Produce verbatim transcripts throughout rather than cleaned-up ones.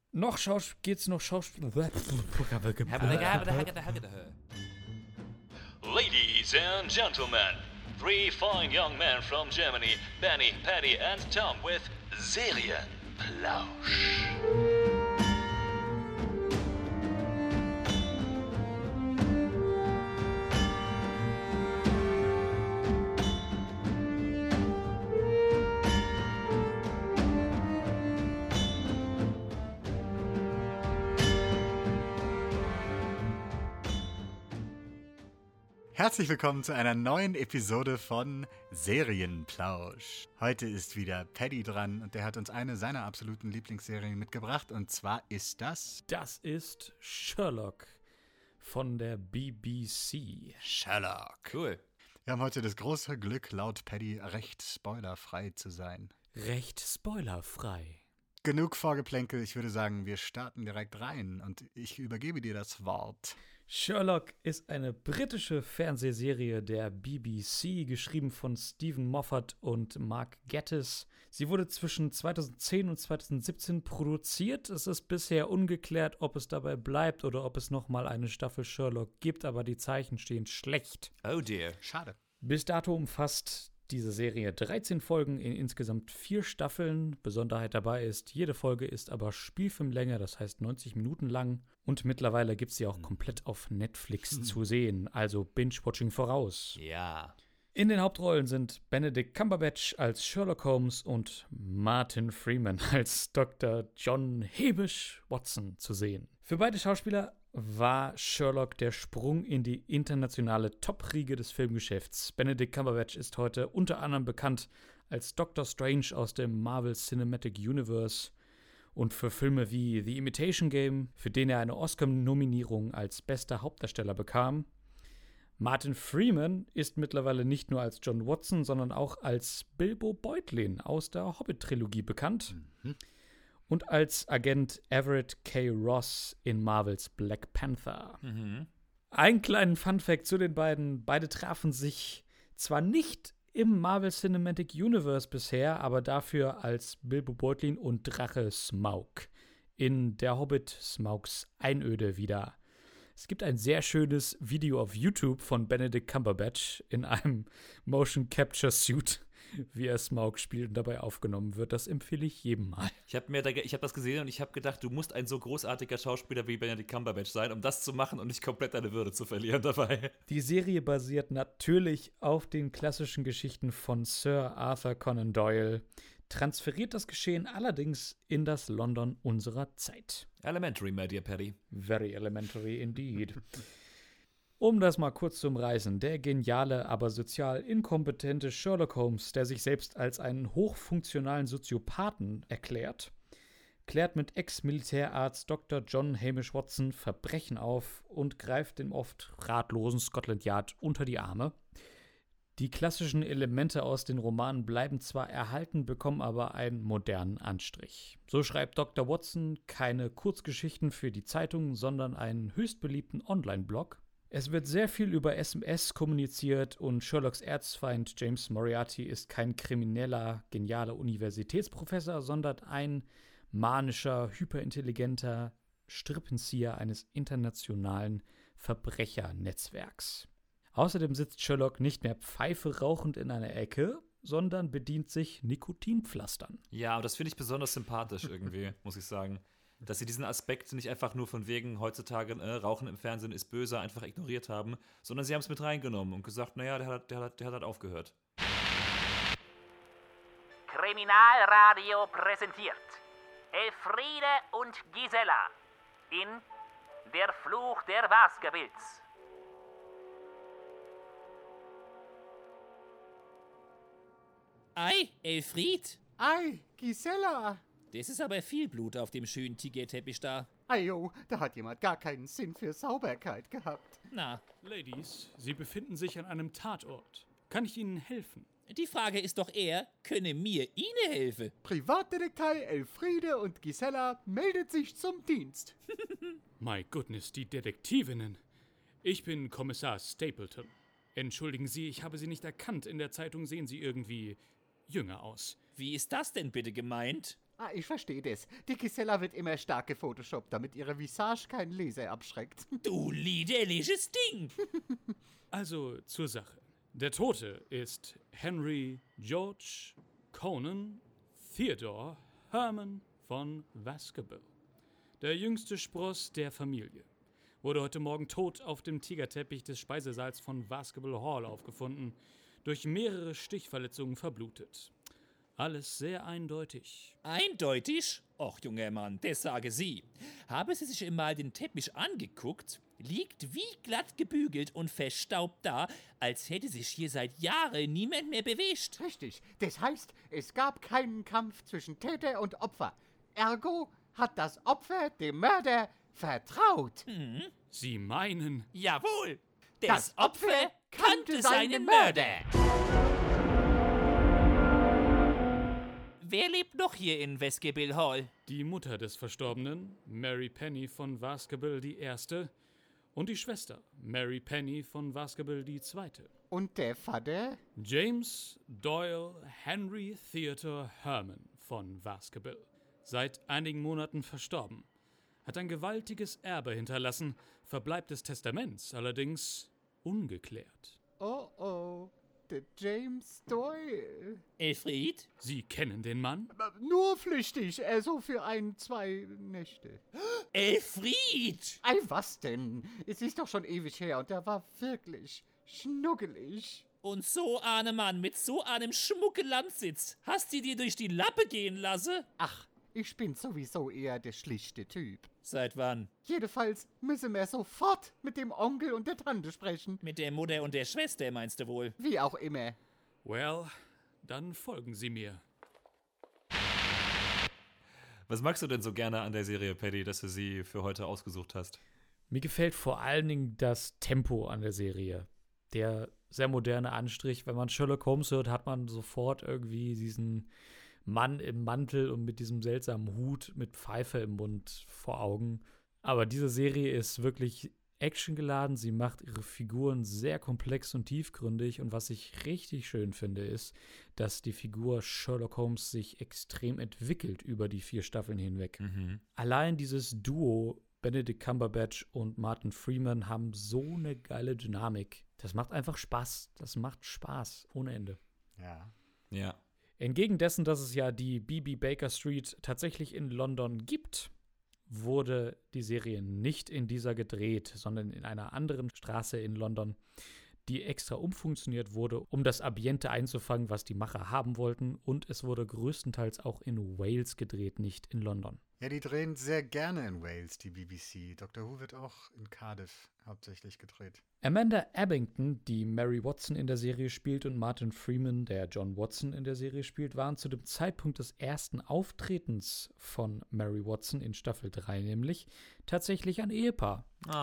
Noch Schaus- geht's noch Schauspiel... Ladies and gentlemen, three fine young men from Germany, Benny, Patty and Tom with Serienplausch. Herzlich willkommen zu einer neuen Episode von Serienplausch. Heute ist wieder Paddy dran und der hat uns eine seiner absoluten Lieblingsserien mitgebracht und zwar ist das... Das ist Sherlock von der B B C. Sherlock. Cool. Wir haben heute das große Glück, laut Paddy recht spoilerfrei zu sein. Recht spoilerfrei. Genug Vorgeplänkel, ich würde sagen, wir starten direkt rein und ich übergebe dir das Wort. Sherlock ist eine britische Fernsehserie der B B C, geschrieben von Stephen Moffat und Mark Gatiss. Sie wurde zwischen zweitausendzehn und zweitausendsiebzehn produziert. Es ist bisher ungeklärt, ob es dabei bleibt oder ob es nochmal eine Staffel Sherlock gibt, aber die Zeichen stehen schlecht. Oh dear. Schade. Bis dato umfasst diese Serie dreizehn Folgen in insgesamt vier Staffeln. Besonderheit dabei ist, jede Folge ist aber Spielfilmlänge, das heißt neunzig Minuten lang. Und mittlerweile gibt es sie auch komplett auf Netflix hm. zu sehen, also Binge-Watching voraus. Ja. In den Hauptrollen sind Benedict Cumberbatch als Sherlock Holmes und Martin Freeman als Doktor John Hamish Watson zu sehen. Für beide Schauspieler war Sherlock der Sprung in die internationale Top-Riege des Filmgeschäfts. Benedict Cumberbatch ist heute unter anderem bekannt als Doctor Strange aus dem Marvel Cinematic Universe und für Filme wie The Imitation Game, für den er eine Oscar-Nominierung als bester Hauptdarsteller bekam. Martin Freeman ist mittlerweile nicht nur als John Watson, sondern auch als Bilbo Beutlin aus der Hobbit-Trilogie bekannt. Mhm. Und als Agent Everett K. Ross in Marvels Black Panther. Mhm. Einen kleinen Funfact zu den beiden. Beide trafen sich zwar nicht im Marvel Cinematic Universe bisher, aber dafür als Bilbo Beutlin und Drache Smaug in Der Hobbit Smaugs Einöde wieder. Es gibt ein sehr schönes Video auf YouTube von Benedict Cumberbatch in einem Motion Capture Suit, wie er Smaug spielt und dabei aufgenommen wird. Das empfehle ich jedem mal. Ich habe mir da, ich habe das gesehen und ich habe gedacht, du musst ein so großartiger Schauspieler wie Benedict Cumberbatch sein, um das zu machen und nicht komplett deine Würde zu verlieren dabei. Die Serie basiert natürlich auf den klassischen Geschichten von Sir Arthur Conan Doyle, transferiert das Geschehen allerdings in das London unserer Zeit. Elementary, my dear Paddy. Very elementary indeed. Um das mal kurz zu umreißen, der geniale, aber sozial inkompetente Sherlock Holmes, der sich selbst als einen hochfunktionalen Soziopathen erklärt, klärt mit Ex-Militärarzt Doktor John Hamish Watson Verbrechen auf und greift dem oft ratlosen Scotland Yard unter die Arme. Die klassischen Elemente aus den Romanen bleiben zwar erhalten, bekommen aber einen modernen Anstrich. So schreibt Doktor Watson keine Kurzgeschichten für die Zeitung, sondern einen höchst beliebten Online-Blog. Es wird sehr viel über S M S kommuniziert und Sherlocks Erzfeind James Moriarty ist kein krimineller, genialer Universitätsprofessor, sondern ein manischer, hyperintelligenter Strippenzieher eines internationalen Verbrechernetzwerks. Außerdem sitzt Sherlock nicht mehr Pfeife rauchend in einer Ecke, sondern bedient sich Nikotinpflastern. Ja, und das finde ich besonders sympathisch irgendwie, muss ich sagen. Dass sie diesen Aspekt nicht einfach nur von wegen heutzutage äh, Rauchen im Fernsehen ist böse einfach ignoriert haben, sondern sie haben es mit reingenommen und gesagt, naja, der hat, der hat, der hat halt aufgehört. Kriminalradio präsentiert Elfriede und Gisela in Der Fluch der Baskervilles. Ei, Elfried. Ei, Gisela. Das ist aber viel Blut auf dem schönen Tigerteppich da. Ajo, da hat jemand gar keinen Sinn für Sauberkeit gehabt. Na, Ladies, Sie befinden sich an einem Tatort. Kann ich Ihnen helfen? die Frage ist doch eher, könne mir Ihnen helfen? Privatdetektei Elfriede und Gisela meldet sich zum Dienst. My goodness, die Detektivinnen. Ich bin Kommissar Stapleton. Entschuldigen Sie, ich habe Sie nicht erkannt. In der Zeitung sehen Sie irgendwie jünger aus. Wie ist das denn bitte gemeint? Ah, ich verstehe das. Die Gisela wird immer stark gefotoshoppt, damit ihre Visage keinen Leser abschreckt. Du liederliches Ding. Also zur Sache. Der Tote ist Henry George Conan Theodore Herman von Baskerville. Der jüngste Spross der Familie. Wurde heute Morgen tot auf dem Tigerteppich des Speisesaals von Baskerville Hall aufgefunden, durch mehrere Stichverletzungen verblutet. Alles sehr eindeutig. Eindeutig? Och, junger Mann, das sage Sie. Haben Sie sich einmal den Teppich angeguckt? Liegt wie glatt gebügelt und verstaubt da, als hätte sich hier seit Jahren niemand mehr bewegt. Richtig. Das heißt, es gab keinen Kampf zwischen Täter und Opfer. Ergo hat das Opfer dem Mörder vertraut. Hm? Sie meinen, Jawohl, Das das Opfer kannte seinen Mörder. Wer lebt noch hier in Baskerville Hall? die Mutter des Verstorbenen, Mary Penny von Baskerville die Erste, und die Schwester, Mary Penny von Baskerville die Zweite. Und der Vater? James Doyle Henry Theodore Herman von Baskerville. Seit einigen Monaten verstorben. Hat ein gewaltiges Erbe hinterlassen, Verbleib des Testaments allerdings ungeklärt. Oh oh, der James Doyle. Elfried? Sie kennen den Mann? Nur flüchtig, äh, so für ein, zwei Nächte. Elfried! Ei, was denn? Es ist doch schon ewig her und der war wirklich schnuggelig. Und so eine Mann mit so einem schmucke Landsitz, hast du dir durch die Lappe gehen lassen? Ach, ich bin sowieso eher der schlichte Typ. Seit wann? Jedenfalls müssen wir sofort mit dem Onkel und der Tante sprechen. Mit der Mutter und der Schwester, meinst du wohl? Wie auch immer. Well, dann folgen Sie mir. Was magst du denn so gerne an der Serie, Paddy, dass du sie für heute ausgesucht hast? Mir gefällt vor allen Dingen das Tempo an der Serie. Der sehr moderne Anstrich. Wenn man Sherlock Holmes hört, hat man sofort irgendwie diesen Mann im Mantel und mit diesem seltsamen Hut mit Pfeife im Mund vor Augen. Aber diese Serie ist wirklich actiongeladen. Sie macht ihre Figuren sehr komplex und tiefgründig. Und was ich richtig schön finde, ist, dass die Figur Sherlock Holmes sich extrem entwickelt über die vier Staffeln hinweg. Mhm. Allein dieses Duo Benedict Cumberbatch und Martin Freeman haben so eine geile Dynamik. Das macht einfach Spaß. Das macht Spaß ohne Ende. Ja. Ja. Entgegen dessen, dass es ja die B B Baker Street tatsächlich in London gibt, wurde die Serie nicht in dieser gedreht, sondern in einer anderen Straße in London, die extra umfunktioniert wurde, um das Ambiente einzufangen, was die Macher haben wollten. Und es wurde größtenteils auch in Wales gedreht, nicht in London. Ja, die drehen sehr gerne in Wales, die B B C. Doctor Who wird auch in Cardiff hauptsächlich gedreht. Amanda Abbington, die Mary Watson in der Serie spielt, und Martin Freeman, der John Watson in der Serie spielt, waren zu dem Zeitpunkt des ersten Auftretens von Mary Watson in Staffel drei nämlich tatsächlich ein Ehepaar.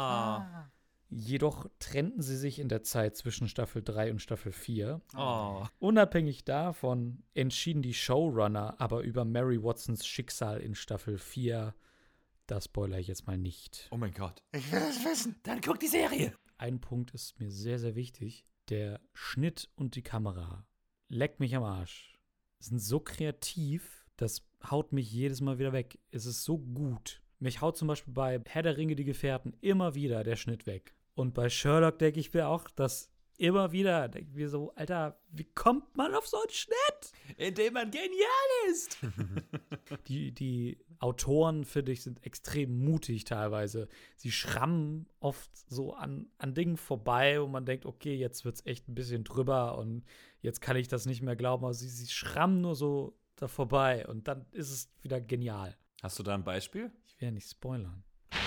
Ah. Jedoch trennten sie sich in der Zeit zwischen Staffel drei und Staffel vier. Oh. Unabhängig davon entschieden die Showrunner aber über Mary Watsons Schicksal in Staffel vier. Das spoilere ich jetzt mal nicht. Oh mein Gott. Ich will das wissen. Dann guck die Serie. Ein Punkt ist mir sehr, sehr wichtig. Der Schnitt und die Kamera. Leckt mich am Arsch. Sind so kreativ, das haut mich jedes Mal wieder weg. Es ist so gut. Mich haut zum Beispiel bei Herr der Ringe, die Gefährten, immer wieder der Schnitt weg. Und bei Sherlock denke ich mir auch, dass immer wieder, denke ich mir so, Alter, wie kommt man auf so einen Schnitt? Indem man genial ist. Die, die Autoren, finde ich, sind extrem mutig teilweise. Sie schrammen oft so an, an Dingen vorbei, wo man denkt, okay, jetzt wird's echt ein bisschen drüber und jetzt kann ich das nicht mehr glauben. Aber sie, sie schrammen nur so da vorbei und dann ist es wieder genial. Hast du da ein Beispiel? Ich will ja nicht spoilern.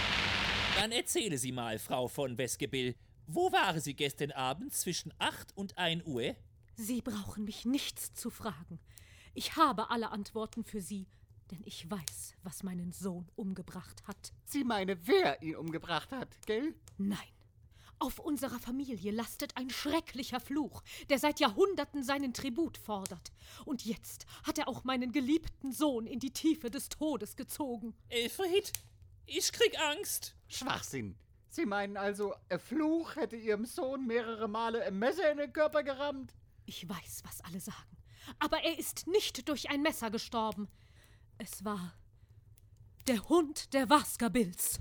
Dann erzähle Sie mal, Frau von Baskerville, wo waren Sie gestern Abend zwischen acht und ein Uhr? Sie brauchen mich nichts zu fragen. Ich habe alle Antworten für Sie, denn ich weiß, was meinen Sohn umgebracht hat. Sie meine, wer ihn umgebracht hat, gell? Nein, auf unserer Familie lastet ein schrecklicher Fluch, der seit Jahrhunderten seinen Tribut fordert. Und jetzt hat er auch meinen geliebten Sohn in die Tiefe des Todes gezogen. Elfried, ich krieg Angst. Schwachsinn. Sie meinen also, ein Fluch hätte Ihrem Sohn mehrere Male ein Messer in den Körper gerammt? Ich weiß, was alle sagen. Aber er ist nicht durch ein Messer gestorben. Es war der Hund der Baskervilles.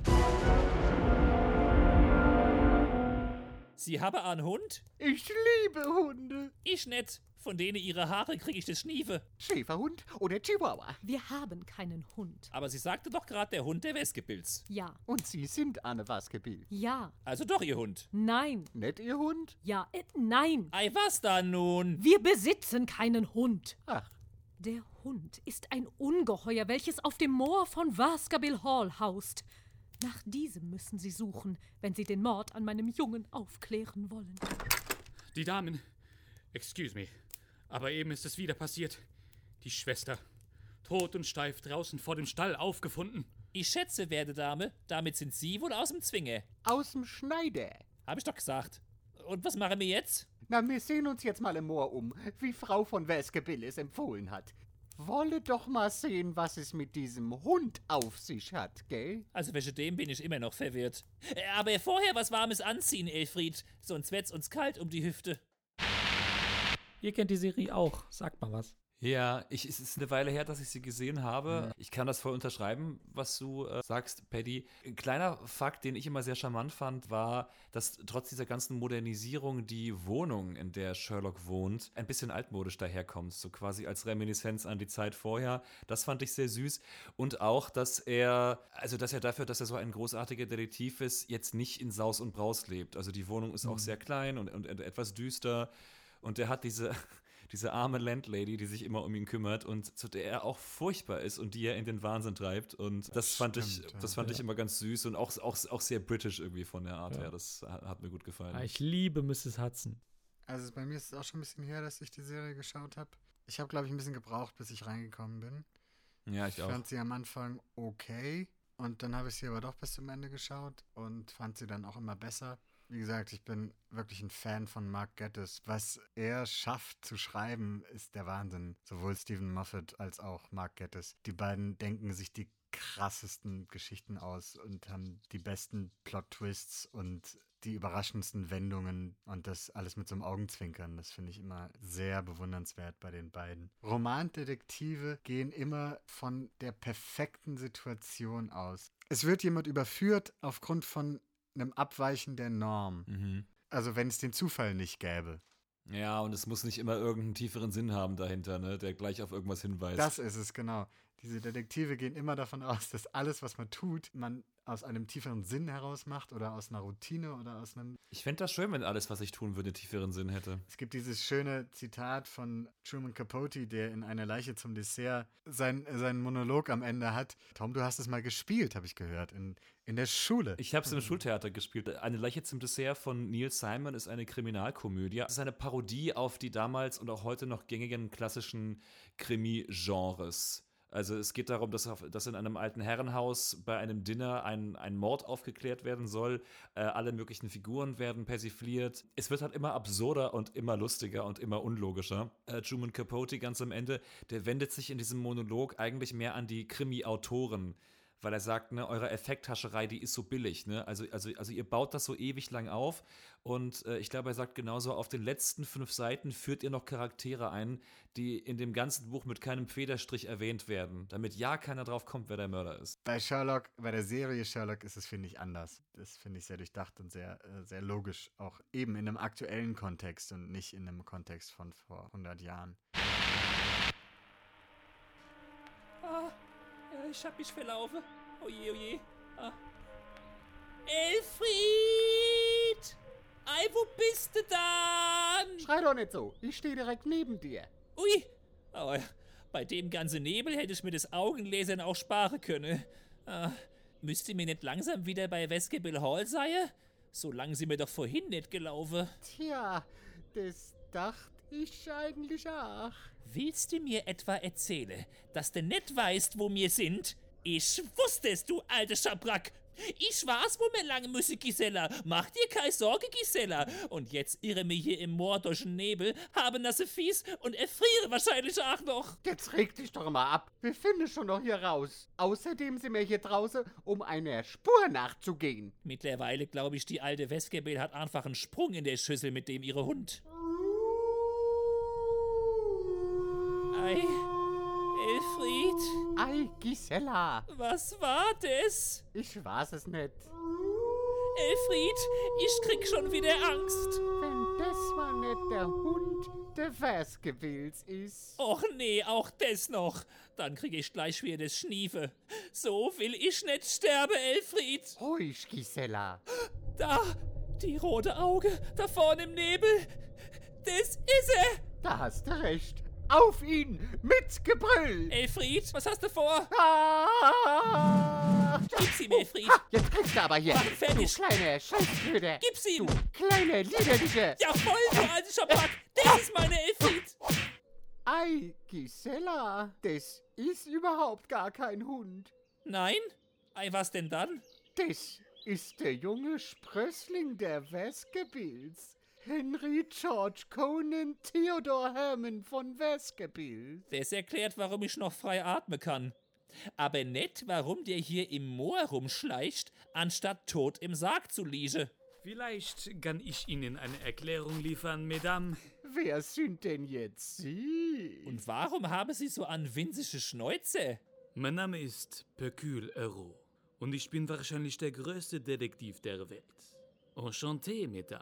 Sie haben einen Hund? Ich liebe Hunde. Ich nicht. Von denen ihre Haare kriege ich das Schniefe. Schäferhund oder Chihuahua. Wir haben keinen Hund. Aber sie sagte doch gerade der Hund der Baskervilles. Ja. Und Sie sind Anne Baskerville. Ja. Also doch ihr Hund. Nein. Nicht Ihr Hund? Ja. Äh, nein. Ei, was da nun? Wir besitzen keinen Hund. Ach, Der Hund ist ein Ungeheuer, welches auf dem Moor von Baskerville Hall haust. Nach diesem müssen Sie suchen, wenn Sie den Mord an meinem Jungen aufklären wollen. Die Damen, excuse me, aber eben ist es wieder passiert. Die Schwester, tot und steif draußen vor dem Stall aufgefunden. Ich schätze, werte Dame, damit sind Sie wohl aus dem Zwinge. aus dem Schneider. Hab ich doch gesagt. Und was machen wir jetzt? Na, wir sehen uns jetzt mal im Moor um, wie Frau von Baskerville es empfohlen hat. Wolle doch mal sehen, was es mit diesem Hund auf sich hat, gell? Also wegen dem bin ich immer noch verwirrt. Äh, Aber vorher was Warmes anziehen, Elfried. Sonst wird's uns kalt um die Hüfte. Ihr kennt die Serie auch, sagt mal was. Ja, ich, es ist eine Weile her, dass ich sie gesehen habe. Ich kann das voll unterschreiben, was du äh, sagst, Paddy. Ein kleiner Fakt, den ich immer sehr charmant fand, war, dass trotz dieser ganzen Modernisierung die Wohnung, in der Sherlock wohnt, ein bisschen altmodisch daherkommt. So quasi als Reminiszenz an die Zeit vorher. Das fand ich sehr süß. Und auch, dass er, also dass er dafür, dass er so ein großartiger Detektiv ist, jetzt nicht in Saus und Braus lebt. Also die Wohnung ist auch sehr klein und, und etwas düster. Und er hat diese... diese arme Landlady, die sich immer um ihn kümmert und zu der er auch furchtbar ist und die er in den Wahnsinn treibt. Und das, das fand stimmt, ich, ja. das fand Ja. ich immer ganz süß und auch, auch, auch sehr britisch irgendwie von der Art Ja. her. Das hat, hat mir gut gefallen. Ah, ich liebe Misses Hudson. Also bei mir ist es auch schon ein bisschen her, dass ich die Serie geschaut habe. Ich habe, glaube ich, ein bisschen gebraucht, bis ich reingekommen bin. Ja, ich Ich auch. fand sie am Anfang okay und dann habe ich sie aber doch bis zum Ende geschaut und fand sie dann auch immer besser. Wie gesagt, ich bin wirklich ein Fan von Mark Gatiss. Was er schafft zu schreiben, ist der Wahnsinn. Sowohl Stephen Moffat als auch Mark Gatiss. Die beiden denken sich die krassesten Geschichten aus und haben die besten Plot-Twists und die überraschendsten Wendungen und das alles mit so einem Augenzwinkern. Das finde ich immer sehr bewundernswert bei den beiden. Romandetektive gehen immer von der perfekten Situation aus. Es wird jemand überführt aufgrund von einem Abweichen der Norm. Mhm. Also wenn es den Zufall nicht gäbe. Ja, und es muss nicht immer irgendeinen tieferen Sinn haben dahinter, ne, der gleich auf irgendwas hinweist. Das ist es, genau. Diese Detektive gehen immer davon aus, dass alles, was man tut, man aus einem tieferen Sinn heraus macht oder aus einer Routine oder aus einem... Ich fände das schön, wenn alles, was ich tun würde, einen tieferen Sinn hätte. Es gibt dieses schöne Zitat von Truman Capote, der in Eine Leiche zum Dessert sein, seinen Monolog am Ende hat. Tom, du hast es mal gespielt, habe ich gehört, in, in der Schule. Ich habe es im Schultheater gespielt. Eine Leiche zum Dessert von Neil Simon ist eine Kriminalkomödie. Es ist eine Parodie auf die damals und auch heute noch gängigen klassischen Krimi-Genres. Also es geht darum, dass, auf, dass in einem alten Herrenhaus bei einem Dinner ein, ein Mord aufgeklärt werden soll. Äh, alle möglichen Figuren werden persifliert. Es wird halt immer absurder und immer lustiger und immer unlogischer. Äh, Truman Capote ganz am Ende, der wendet sich in diesem Monolog eigentlich mehr an die Krimi-Autoren, weil er sagt, ne, eure Effekthascherei, die ist so billig, ne? Also, also, also ihr baut das so ewig lang auf und äh, ich glaube, er sagt genauso, auf den letzten fünf Seiten führt ihr noch Charaktere ein, die in dem ganzen Buch mit keinem Federstrich erwähnt werden, damit ja keiner drauf kommt, wer der Mörder ist. Bei Sherlock, bei der Serie Sherlock ist es, finde ich, anders. Das finde ich sehr durchdacht und sehr, äh, sehr logisch. Auch eben in einem aktuellen Kontext und nicht in einem Kontext von vor hundert Jahren. Ah, äh, ich hab mich verlaufen. Oje, oje. Ah. Elfried! Ei, wo bist du dann? Schrei doch nicht so. Ich stehe direkt neben dir. Ui, aber bei dem ganzen Nebel hätte ich mir das Augenlasern auch sparen können. Ah, müsste mir nicht langsam wieder bei Baskerville Hall sein? So lang sind wir doch vorhin nicht gelaufen. Tja, das dachte ich eigentlich auch. Willst du mir etwa erzählen, dass du nicht weißt, wo wir sind? Ich wusste es, du alte Schabrack. Ich weiß, wo wir lang müssen, Gisela. Mach dir keine Sorge, Gisela. Und jetzt irre wir hier im Moor durch den Nebel, haben nasse Fies und erfriere wahrscheinlich auch noch. Jetzt reg dich doch mal ab. Wir finden schon noch hier raus. Außerdem sind wir hier draußen, um einer Spur nachzugehen. Mittlerweile glaube ich, die alte Baskerville hat einfach einen Sprung in der Schüssel mit dem ihre Hund. Ei, Elfried, Ei, Gisela. was war das? Ich weiß es nicht. Elfried, ich krieg schon wieder Angst. Wenn das mal nicht der Hund der Versgewills ist. Och nee, auch das noch. Dann krieg ich gleich wieder das Schniefe. So will ich nicht sterben, Elfried. Ruhig, Gisela. Da, die rote Auge, da vorne im Nebel. Das ist er. Da hast du recht. Auf ihn mit Gebrüll. Elfried, was hast du vor? Ah! Gib's ihm, Elfried. Ha, jetzt kriegst du aber hier. Mach ihn fertig. Du kleine Scheißblöde. Gib's ihm. Du kleine liederliche. Jawohl, du alte Schabrack. Das ist meine Elfried. Ei, Gisela. Das ist überhaupt gar kein Hund. Nein? Ei, was denn dann? Das ist der junge Sprössling der Vesgebills. Henry George Conan Theodor Hermann von Vesgebill. Das erklärt, warum ich noch frei atmen kann. Aber nicht, warum der hier im Moor rumschleicht, anstatt tot im Sarg zu liegen. Vielleicht kann ich Ihnen eine Erklärung liefern, Mesdames. Wer sind denn jetzt Sie? Und warum haben Sie so an winzige Schnäuze? Mein Name ist Hercule Poirot und ich bin wahrscheinlich der größte Detektiv der Welt. Enchanté, Mesdames.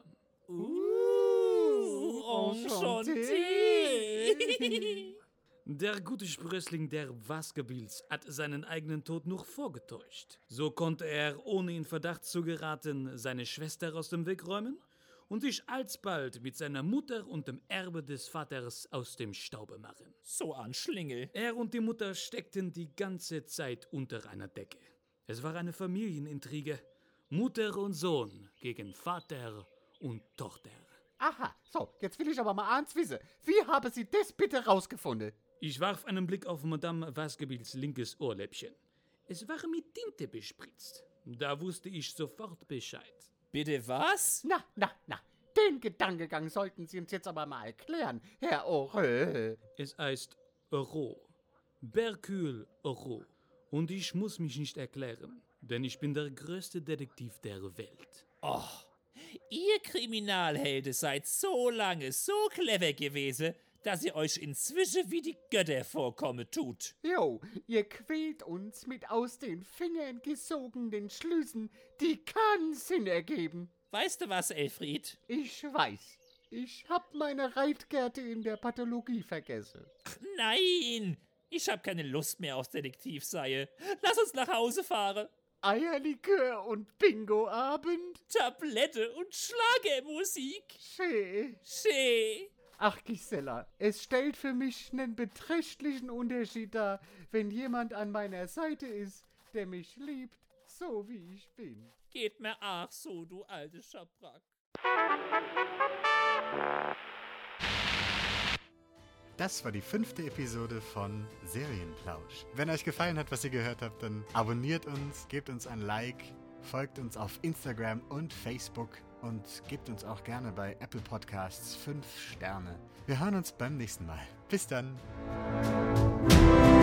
Uh, enchanté. Der gute Sprössling der Vaskebills hat seinen eigenen Tod nur vorgetäuscht. So konnte er, ohne in Verdacht zu geraten, seine Schwester aus dem Weg räumen und sich alsbald mit seiner Mutter und dem Erbe des Vaters aus dem Staube machen. So ein Schlingel. Er und die Mutter steckten die ganze Zeit unter einer Decke. Es war eine Familienintrige. Mutter und Sohn gegen Vater und Tochter. Aha, so, jetzt will ich aber mal eins wissen. Wie haben Sie das bitte rausgefunden? Ich warf einen Blick auf Madame Vaskebills linkes Ohrläppchen. Es war mit Tinte bespritzt. Da wusste ich sofort Bescheid. Bitte was? Na, na, na, den Gedankengang sollten Sie uns jetzt aber mal erklären, Herr Oreux. Es heißt Poirot. Hercule Poirot. Und ich muss mich nicht erklären, denn ich bin der größte Detektiv der Welt. Oh, ihr Kriminalhelden seid so lange so clever gewesen, dass ihr euch inzwischen wie die Götter vorkommen tut. Jo, ihr quält uns mit aus den Fingern gesogenen Schlüssen, die keinen Sinn ergeben. Weißt du was, Elfried? Ich weiß. Ich hab meine Reitgerte in der Pathologie vergessen. Nein, ich hab keine Lust mehr aufs Detektivseihe. Lass uns nach Hause fahren. Eierlikör und Bingoabend? Tablette und Schlagermusik. Schee. Schee. Ach, Gisela, es stellt für mich einen beträchtlichen Unterschied dar, wenn jemand an meiner Seite ist, der mich liebt, so wie ich bin. Geht mir auch so, du alte Schabrack. Das war die fünfte Episode von Serienplausch. Wenn euch gefallen hat, was ihr gehört habt, dann abonniert uns, gebt uns ein Like, folgt uns auf Instagram und Facebook und gebt uns auch gerne bei Apple Podcasts fünf Sterne. Wir hören uns beim nächsten Mal. Bis dann!